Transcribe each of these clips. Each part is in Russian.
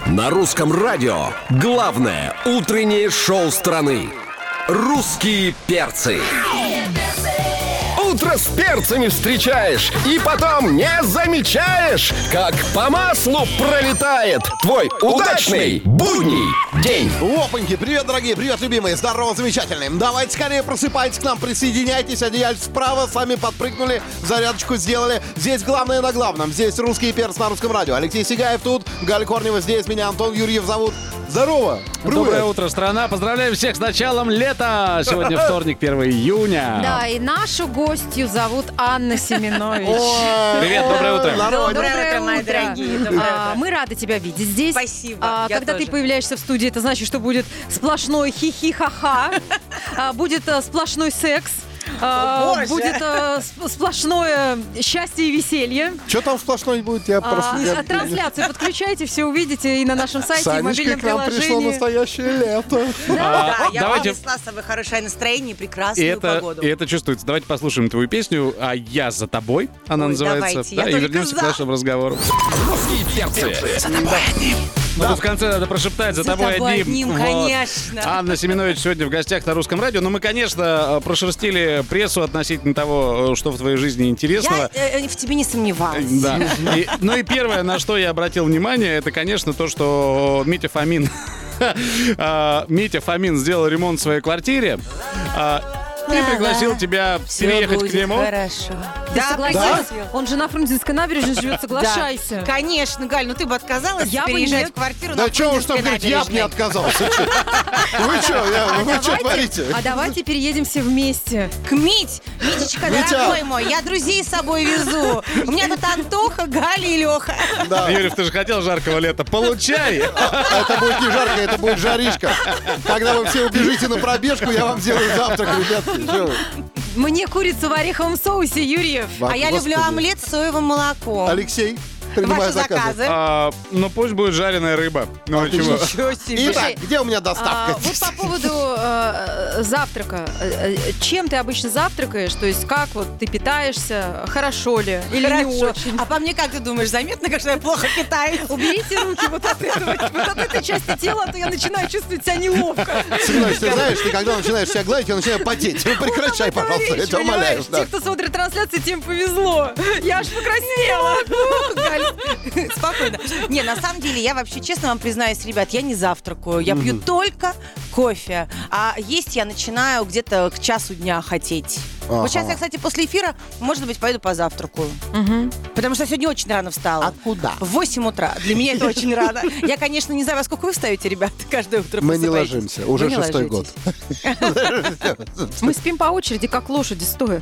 На русском радио главное утреннее шоу страны. «Русские перцы». Утро с перцами встречаешь и потом не замечаешь, как по маслу пролетает твой удачный будний день. Опаньки, привет, дорогие, привет, любимые, здорово, замечательные. Давайте скорее просыпайтесь к нам, присоединяйтесь, одеяльце справа, сами подпрыгнули, зарядочку сделали. Здесь главное на главном, здесь «Русские перцы» на русском радио. Алексей Сигаев тут, Галя Корнева здесь, меня Антон Юрьев зовут. Здорово! Привет. Доброе утро, страна! Поздравляем всех с началом лета! Сегодня вторник, 1 июня. Да, и нашу гостью зовут Анна Семенович. Привет, доброе утро. Доброе утро, мои дорогие. Мы рады тебя видеть здесь. Спасибо. Когда ты появляешься в студии, это значит, что будет сплошной хихи-ха-ха, будет сплошной секс. Боже. Будет сплошное счастье и веселье. Что там сплошной будет? Я просто... Трансляцию подключайте, все увидите и на нашем сайте, и в мобильном Санечка, к нам пришло приложении. настоящее лето. Да, я давайте- принесла с собой хорошее настроение и И прекрасную погоду. это чувствуется. Давайте послушаем твою песню «А я за тобой». Она Ой, называется. давайте, я Да, и только вернемся за. к нашему разговору. «Русские перцы». Ну, тут в конце надо прошептать «За тобой одним». Вот. конечно. Анна Семенович сегодня в гостях на русском радио. Но мы, конечно, прошерстили прессу относительно того, что в твоей жизни интересного. Я в тебе не сомневалась. Да. Ну и первое, на что я обратил внимание, это, конечно, то, что Митя Фомин сделал ремонт в своей квартире и пригласил тебя Всё переехать будет к нему. хорошо. Ты Да, согласилась? пригласил. Он же на Фрунзенской набережной живет, соглашайся. Да. Конечно, Галь, ну ты бы отказалась Я бы переезжать нет. в квартиру Да на что уж там Фрунзенской говорить, я бы не набережной. отказался. Вы что творите? А давайте переедем все вместе. Митечка, Митя. дорогой мой, я друзей с собой везу. У меня тут Антоха, Галя и Леха. Да. Юрьев, ты же хотел жаркого лета. Получай! Это будет не жарко, это будет жаришка. Когда вы все убежите на пробежку, я вам сделаю завтрак, ребятки. Чё вы? Мне курицу в ореховом соусе, Юрьев. А я люблю Господи. омлет с соевым молоком. Алексей, принимаю Ваши заказы. заказы. Ну пусть будет жареная рыба. Ну а чего? Ничего себе. Итак, где у меня доставка? Вот по поводу завтрака. Чем ты обычно завтракаешь? То есть как вот ты питаешься? Хорошо ли? Или не Хорошо. очень? А по мне, как ты думаешь, заметно, как что я плохо питаюсь? Уберите руки вот от этого, вот от этой части тела, а то я начинаю чувствовать себя неловко. Семенович, ты знаешь, ты когда начинаешь себя гладить, я начинаю потеть. Ну, прекращай, пожалуйста, я тебя умоляю. Понимаешь, те, кто смотрит трансляцию, тем повезло. Я аж покраснела. Галь, спокойно. Не, на самом деле, я вообще, честно вам признаюсь, ребят, я не завтракаю. Я пью только кофе. А есть я начинаю где-то к часу дня хотеть. Ага. Вот сейчас я, кстати, после эфира, может быть, пойду позавтракаю. Потому что я сегодня очень рано встала. А куда? В 8 утра. Для меня это очень рано. Я, конечно, не знаю, во сколько вы встаете, ребята, каждое утро Мы не просыпаетесь. ложимся, уже Вы не 6-й год. ложитесь. Мы спим по очереди, как лошади, стоя.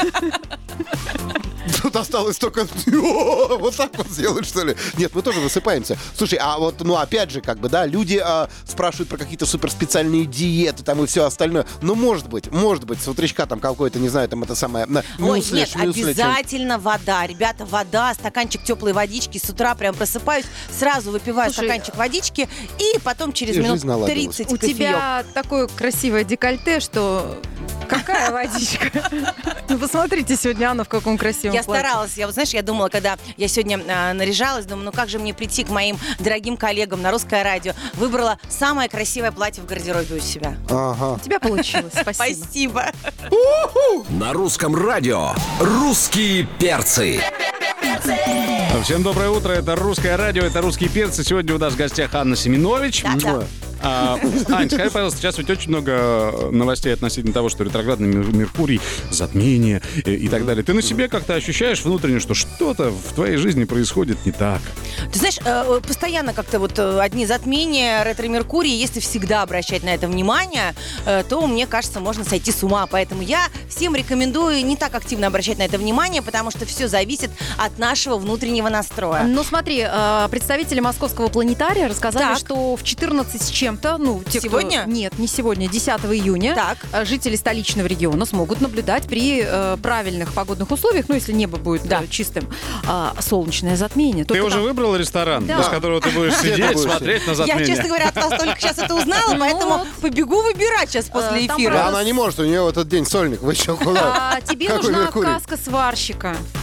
Тут осталось только вот так вот сделать, что ли? Нет, мы тоже высыпаемся. Слушай, а вот, ну, опять же, как бы, да, люди спрашивают про какие-то суперспециальные диеты там и все остальное. Ну, может быть, с утречка там какой-то, не знаю, там это самое, Ой, мюсли, нет, шмюсли, обязательно вода. Ребята, вода, стаканчик теплой водички. С утра прям просыпаюсь, сразу выпиваю Слушай, стаканчик водички и потом через и минут жизнь наладилась. 30 У кофеёк. тебя такое красивое декольте, что... Какая водичка? Ну, посмотрите сегодня, Анна, в каком красивом Я платье. старалась, я вот знаешь, я думала, когда я сегодня наряжалась, думаю, ну как же мне прийти к моим дорогим коллегам на русское радио. Выбрала самое красивое платье в гардеробе у себя. Ага. У тебя получилось, спасибо. Спасибо. На русском радио «Русские перцы». Всем доброе утро. Это русское радио, это русские перцы. Сегодня у нас в гостях Анна Семенович. Да. Ань, скажи, пожалуйста, сейчас ведь очень много новостей относительно того, что ретроградный Меркурий, затмение и так далее. Ты на себе как-то ощущаешь внутренне, что что-то в твоей жизни происходит не так? Ты знаешь, постоянно как-то вот одни затмения, ретро-меркурий, если всегда обращать на это внимание, то, мне кажется, можно сойти с ума. Поэтому я всем рекомендую не так активно обращать на это внимание, потому что все зависит от нашего внутреннего настроя. Ну, смотри, представители московского планетария рассказали, Так. что в 14 с чем-то, ну, те, Сегодня? кто... Нет, не сегодня, 10 июня Так. жители столичного региона смогут наблюдать при правильных погодных условиях, ну, если небо будет чистым, солнечное затмение. Ты Только уже там- выбрал ресторан, Да. из которого ты будешь Где ты сидеть, будешь смотреть на Я, затмение? честно говоря, от вас только сейчас это узнала, поэтому вот. побегу выбирать сейчас после Там эфира. Да, она не может, у нее в этот день сольник. Вы что, куда? Тебе Какой нужна Меркурий? каска сварщика.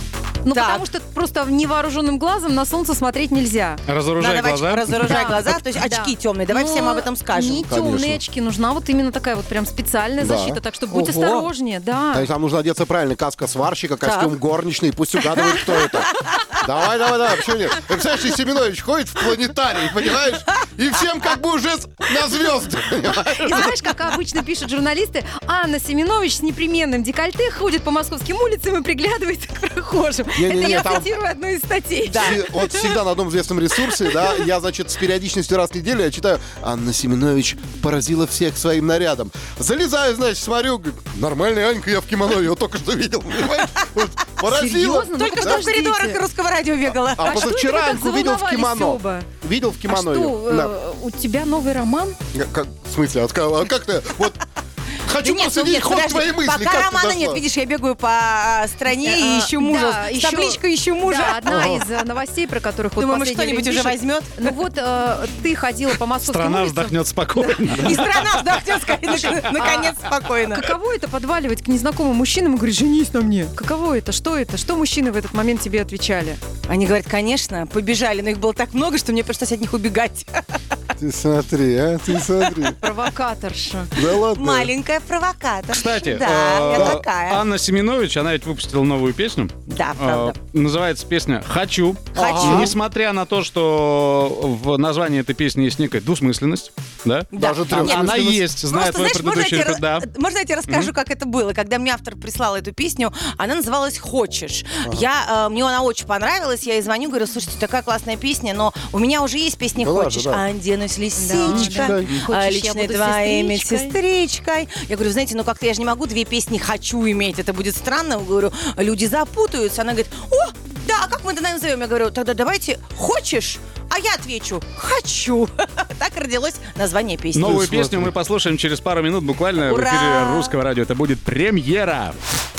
Ну, Так. потому что просто невооруженным глазом на солнце смотреть нельзя. Разоружай Надо глаза. разоружать Да. глаза, то есть очки темные. Давай Но всем об этом скажем. Не Конечно. темные очки, нужна вот именно такая вот прям специальная Да. защита, так что будь Ого. осторожнее, да. То есть там нужно одеться правильно. Каска сварщика, костюм горничный. Пусть угадывают, кто это. Давай, почему нет? Представляешь, и Семенович ходит в планетарий, понимаешь? И всем как бы уже на звезды, понимаешь? И знаешь, как обычно пишут журналисты, Анна Семенович с непременным декольте ходит по московским улицам и приглядывается к прохожим. Не-не-не, Это я там- цитирую одну из статей. Вот всегда на одном известном ресурсе, да, я, значит, с периодичностью раз в неделю я читаю, Анна Семенович поразила всех своим нарядом. Залезаю, значит, смотрю, говорю, нормальная Анька, я в кимоно, ее только что видел, понимаешь? Вот, поразила. Серьезно? Ну, Только что в подождите. коридорах Русского радио бегала. А что позавчера это вы так Аньку видел в заволновались кимоно. оба? Видел в А кимоно что, ее. Да. у тебя новый роман? В смысле? А как ты? Вот хочу Да нет, проследить нет, ход подожди, твоей мысли. пока как ты романа дошла? нет, видишь, я бегаю по стране и ищу мужа. Да, С еще- табличкой ищу мужа. Да, одна из новостей, про которых вот Думаю, последнее что-нибудь время уже пишут. возьмет. Ну вот ты ходила по московским Страна улицам. вздохнет спокойно. И страна вздохнет, наконец, спокойно. Каково это подваливать к незнакомым мужчинам и говорить, женись на мне? Каково это? Что это? Что мужчины в этот момент тебе отвечали? Они говорят, конечно, побежали, но их было так много, что мне пришлось от них убегать. Ты смотри, ты смотри. Провокаторша. Да ладно. Маленькая провокатор. Кстати, да, я такая. Анна Семенович, она ведь выпустила новую песню. Да, правда. Называется песня «Хочу». Хочу. Несмотря на то, что в названии этой песни есть некая двусмысленность, да? Да. Даже Нет, Она есть, зная Просто, твой знаешь, можно предыдущий репет- да. можно я тебе расскажу, как это было? Когда мне автор прислал эту песню, она называлась «Хочешь». Мне она очень понравилась, я ей звоню, говорю, слушайте, такая классная песня, но у меня уже есть песня Ну, «Хочешь». да. Оденусь лисичкой, Да. Хочешь, я личной буду твоей сестричкой? медсестричкой. Я говорю, знаете, ну как-то я же не могу две песни «Хочу» иметь, это будет странно. Говорю, люди запутаются. Она говорит, о, да, а как мы это назовем? Я говорю, тогда давайте «Хочешь», а я отвечу «Хочу». Так родилось название песни. Новую Смотри. песню мы послушаем через пару минут буквально в Ура! эфире Русского радио. Это будет премьера.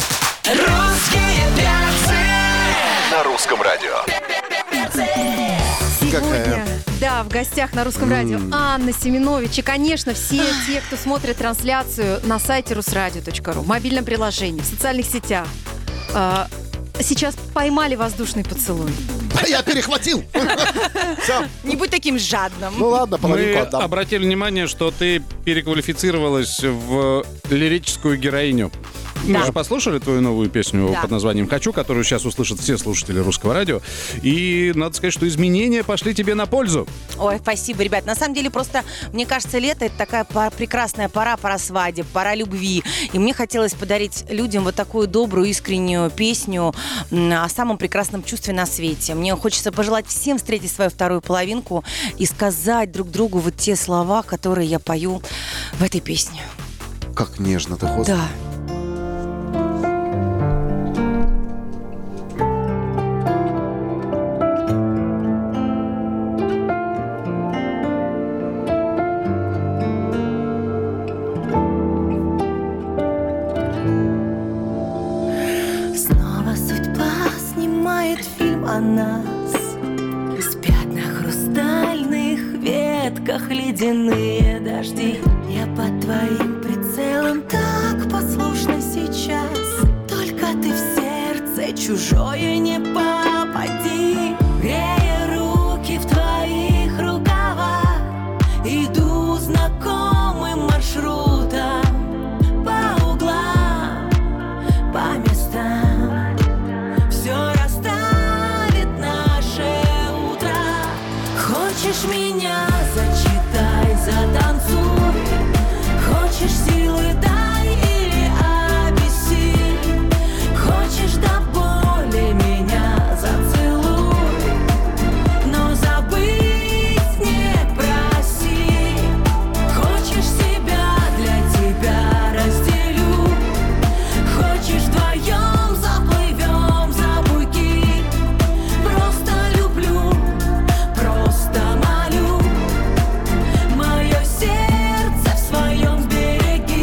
На русском радио. Сегодня, да, в гостях на Русском радио Анна Семенович. И, конечно, все те, кто смотрит трансляцию на сайте rusradio.ru, в мобильном приложении, в социальных сетях, сейчас поймали воздушный поцелуй. А я перехватил. Все. Не будь таким жадным. Ну ладно, Мы половинку отдам. обратили внимание, что ты переквалифицировалась в лирическую героиню. Мы же послушали твою новую песню Да. под названием «Хочу», которую сейчас услышат все слушатели Русского радио. И надо сказать, что изменения пошли тебе на пользу. Ой, спасибо, ребят. На самом деле, просто, мне кажется, лето — это такая прекрасная пора свадеб, пора любви. И мне хотелось подарить людям вот такую добрую, искреннюю песню о самом прекрасном чувстве на свете. Мне хочется пожелать всем встретить свою вторую половинку и сказать друг другу вот те слова, которые я пою в этой песне. Как нежно ты, Господи. Да. Снова судьба снимает фильм о нас. Спят на хрустальных ветках ледяные дожди. Я под твоим прицелом так послушна сейчас. Только ты в сердце чужое не попади. Грея руки в твоих рукавах, иду знакомым маршрутом по углам, по местам. Все расставит наше утро. Хочешь меня, зачитай, затанцуй. Хочешь силы, дай или обессиль. Хочешь до боли меня зацелуй. Но забыть не проси. Хочешь себя, для тебя разделю. Хочешь вдвоем заплывем за буйки. Просто люблю, просто молю. Мое сердце в своем береги.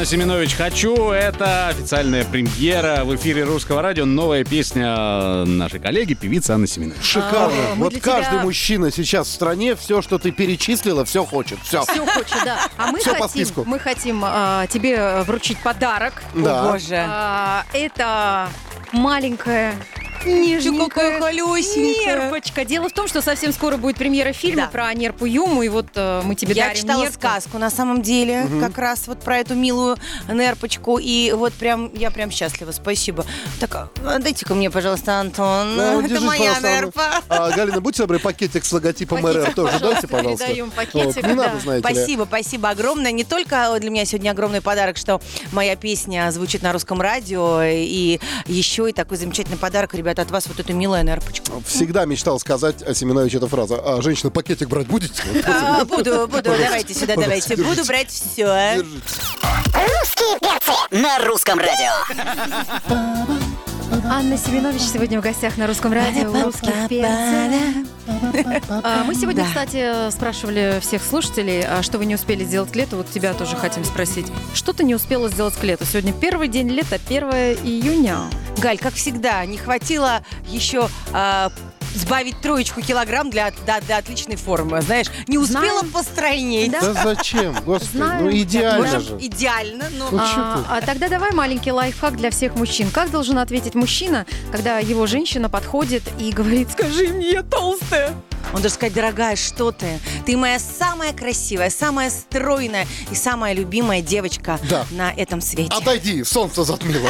Анна Семенович «Хочу». Это официальная премьера в эфире Русского радио. Новая песня нашей коллеги, певицы Анны Семенович. Шикарно. Мы Вот для каждый тебя- мужчина сейчас в стране, все, что ты перечислила, все хочет. Все. Все хочет, да. А мы Всё по хотим, списку. тебе вручить подарок. Да. О, боже. Это маленькая Какая нежненькая холёсенькая. нерпочка. Дело в том, что совсем скоро будет премьера фильма Да. про нерпу Юму, и вот мы тебе Я дарим читала нерпу. сказку, на самом деле, как раз вот про эту милую нерпочку. И вот прям, я прям счастлива, спасибо. Так, дайте-ка мне, пожалуйста, Антон. Ну, Это держись, моя пожалуйста, нерпа. Галина, будьте добры, пакетик с логотипом Пакетик, РР тоже дайте, пожалуйста. передаем пакетик, Вот, не надо, да. знаете ли. Спасибо, спасибо огромное. Не только для меня сегодня огромный подарок, что моя песня звучит на русском радио, и еще и такой замечательный подарок, ребята, от вас вот эту милую нерпочку. Всегда мечтал сказать о Семеновиче эту фразу. А женщина, пакетик брать будете? Буду, давайте сюда, давайте. Буду брать все. Держите. Русские перцы на русском радио. Анна Семенович сегодня в гостях на Русском радио у русских перцев. Мы сегодня, Да. кстати, спрашивали всех слушателей, что вы не успели сделать к лету. Вот тебя тоже хотим спросить. Что ты не успела сделать к лету? Сегодня первый день лета, 1 июня. Галь, как всегда, не хватило еще сбавить 3 килограмм для отличной формы. Знаешь, не успела Знаем. постройнеть. Да. Да зачем? Господи, Знаю. ну идеально Может, же. идеально, но... Ну, чё ты? А тогда давай маленький лайфхак для всех мужчин. Как должен ответить мужчина, когда его женщина подходит и говорит: скажи мне, я толстая? Он должен сказать: дорогая, что ты? Ты моя самая красивая, самая стройная и самая любимая девочка Да. на этом свете. Отойди, солнце затмило.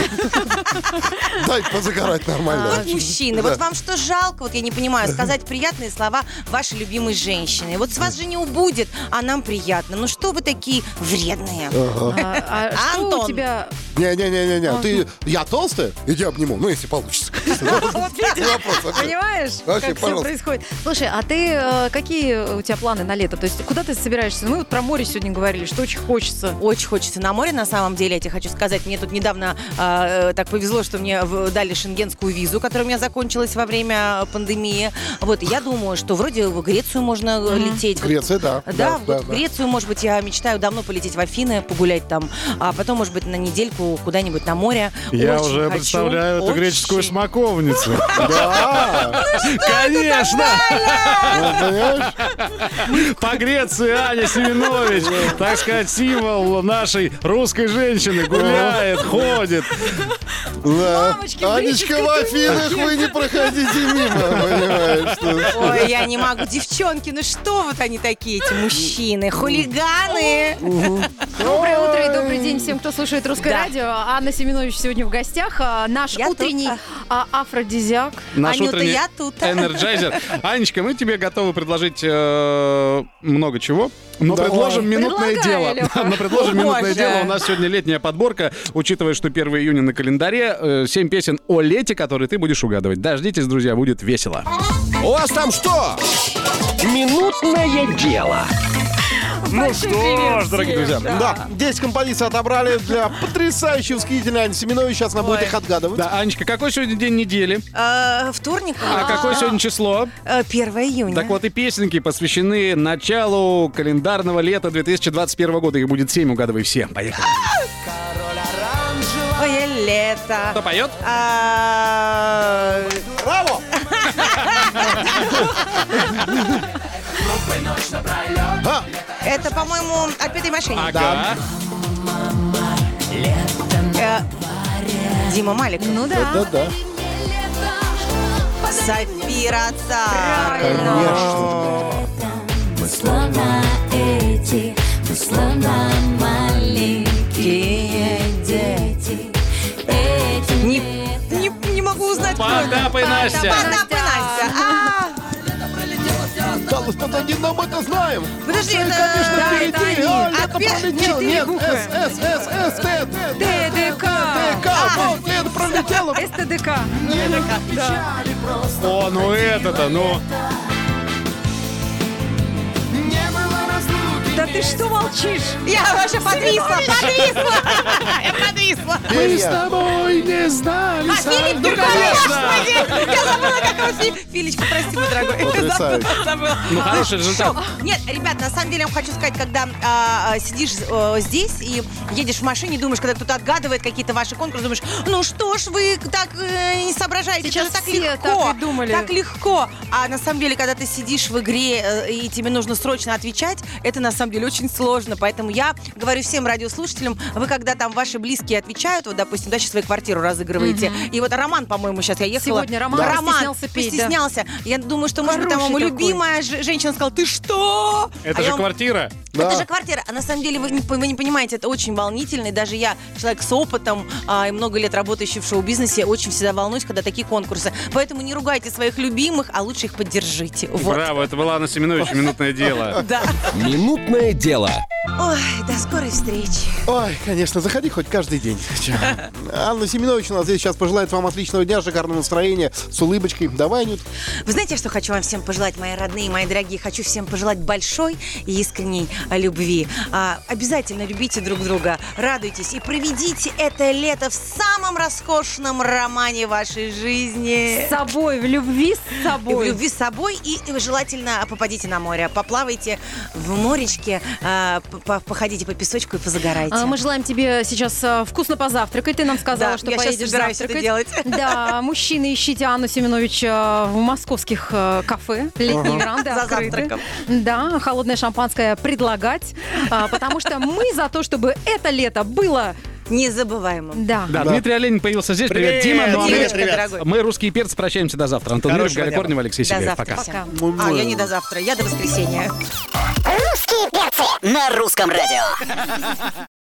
Дай позагорать нормально. Вот мужчины, вот вам что жалко, вот я не понимаю, сказать приятные слова вашей любимой женщине. Вот с вас же не убудет, а нам приятно. Ну что вы такие вредные? Что у Антон. тебя... Не-не-не-не, ты, я толстая? Иди обниму, ну если получится. Вот видишь, Вопрос вообще. понимаешь, Вообще, как все пожалуйста. происходит? Слушай, а ты какие у тебя планы на лето? То есть куда ты собираешься? Мы вот про море сегодня говорили, что очень хочется. Очень хочется на море, на самом деле, я тебе хочу сказать. Мне тут недавно так повезло, что мне дали шенгенскую визу, которая у меня закончилась во время пандемии. Вот, и я думаю, что вроде в Грецию можно лететь. Вот, Греция, да. Да, вот в Грецию, может быть, я мечтаю давно полететь в Афины, погулять там, а потом, может быть, на недельку куда-нибудь на море. Я Очень уже хочу, представляю эту очень. греческую смоковницу. Да, Конечно! ну, понимаешь? По Греции Аня Семенович, так сказать, символ нашей русской женщины, гуляет, ходит. Да. Мамочки, Анечка, в Афинах вы не проходите мимо, понимаешь? что- Ой, я не могу. Девчонки, ну что вот они такие, эти мужчины? Хулиганы. Доброе утро и добрый день всем, кто слушает Русское Да. радио. Анна Семенович сегодня в гостях. Наш Я утренний тут. афродизиак. Наш Анюта, утренний я тут. энерджайзер. Анечка, мы тебе готовы предложить много чего. Но Давай. предложим минутное Предлагай, дело. Лёха. Но предложим минутное Боже. дело. У нас сегодня летняя подборка. Учитывая, что 1 июня на календаре, 7 песен о лете, которые ты будешь угадывать. Дождитесь, друзья, будет весело. У вас там что? Минутное дело. Ну что ж, дорогие друзья. Да, 10 композиций отобрали для потрясающей восхитительной Ани Семенович. Сейчас она будет Ой. их отгадывать. Да, Анечка, какой сегодня день недели? Вторник. А какое сегодня число? 1 июня. Так вот, и песенки посвящены началу календарного лета 2021 года. Их будет 7, угадывай все. Поехали. Ой, лето. Кто поет? Браво! Это, по-моему, «Отпетый мошенник». Ага. Дима Малик. Ну да. Да-да. Сафира Цар. Конечно. Мы словно эти, мы словно маленькие дети. Этим Не могу узнать, кто это. Потап и Настя. Потап и Настя. Carlos, подожди, но мы это знаем. Подожди, Конечно, это... впереди. А, лето пролетело. Четыре Нет, буквы. С, Т, ТДК. вот, лето пролетело. СТДК. О, ну это-то, ну. Да ты что молчишь? Я вообще подвисла! Я подвисла! Мы с тобой не знали. Филипп Киркоров, господи! Я забыла, как его Филечка, прости, мой дорогой. Потрясающе. Забыла. Ну, хороший результат. Нет, ребят, на самом деле я вам хочу сказать, когда сидишь здесь и едешь в машине, думаешь, когда кто-то отгадывает какие-то ваши конкурсы, думаешь, ну что ж вы так не соображаете, Сейчас это же так все легко. так и думали. Так легко. А на самом деле, когда ты сидишь в игре и тебе нужно срочно отвечать, это на самом деле очень сложно. Поэтому я говорю всем радиослушателям, вы когда там ваши близкие отвечают, вот, допустим, да, сейчас свою квартиру разыгрываете, и вот Роман, по-моему, сейчас я ехала. Сегодня Роман постеснялся петь, да. постеснялся. Я думаю, что, может быть, там ему Хороший такой. любимая женщина сказала, ты что? Это А же я вам- квартира. Это же квартира. А на самом деле вы не понимаете, это очень волнительно. И даже я, человек с опытом и много лет работающий в шоу-бизнесе, очень всегда волнуюсь, когда такие конкурсы. Поэтому не ругайте своих любимых, а лучше их поддержите. Вот. Браво, это была Анна Семенович, «Минутное дело». Да. Минутное дело. Ой, до скорой встречи. Ой, конечно, заходи хоть каждый день. Анна Семенович у нас здесь сейчас пожелает вам отличного дня, шикарного настроения, с улыбочкой. Давай, Анют. Вы знаете, что хочу вам всем пожелать, мои родные, мои дорогие? Хочу всем пожелать большой и искренней любви. Обязательно любите друг друга, радуйтесь и проведите это лето в самом роскошном романе вашей жизни. С собой, в любви с И в собой. любви с собой, и желательно попадите на море, поплавайте в моречке, походите по песочку и позагорайте. Мы желаем тебе сейчас вкусно позавтракать. Ты нам сказала, Да, что я щас поедешь собираюсь завтракать. это делать. Да, мужчины, ищите Анну Семенович в московских кафе. Летние веранды За открыты. завтраком. Да, холодное шампанское предлагать. Потому что мы за то, чтобы это лето было... Незабываемым. Да. Да, Дмитрий Оленин появился здесь. Привет, Дима. Ну, а мы- Димочка, дорогой. мы, русские перцы, прощаемся до завтра. Антон Юрьевич, Галя лето. Корнева, Алексей До Сигаев. завтра Пока. всем. Я не до завтра, я до воскресенья. Русские перцы на русском радио.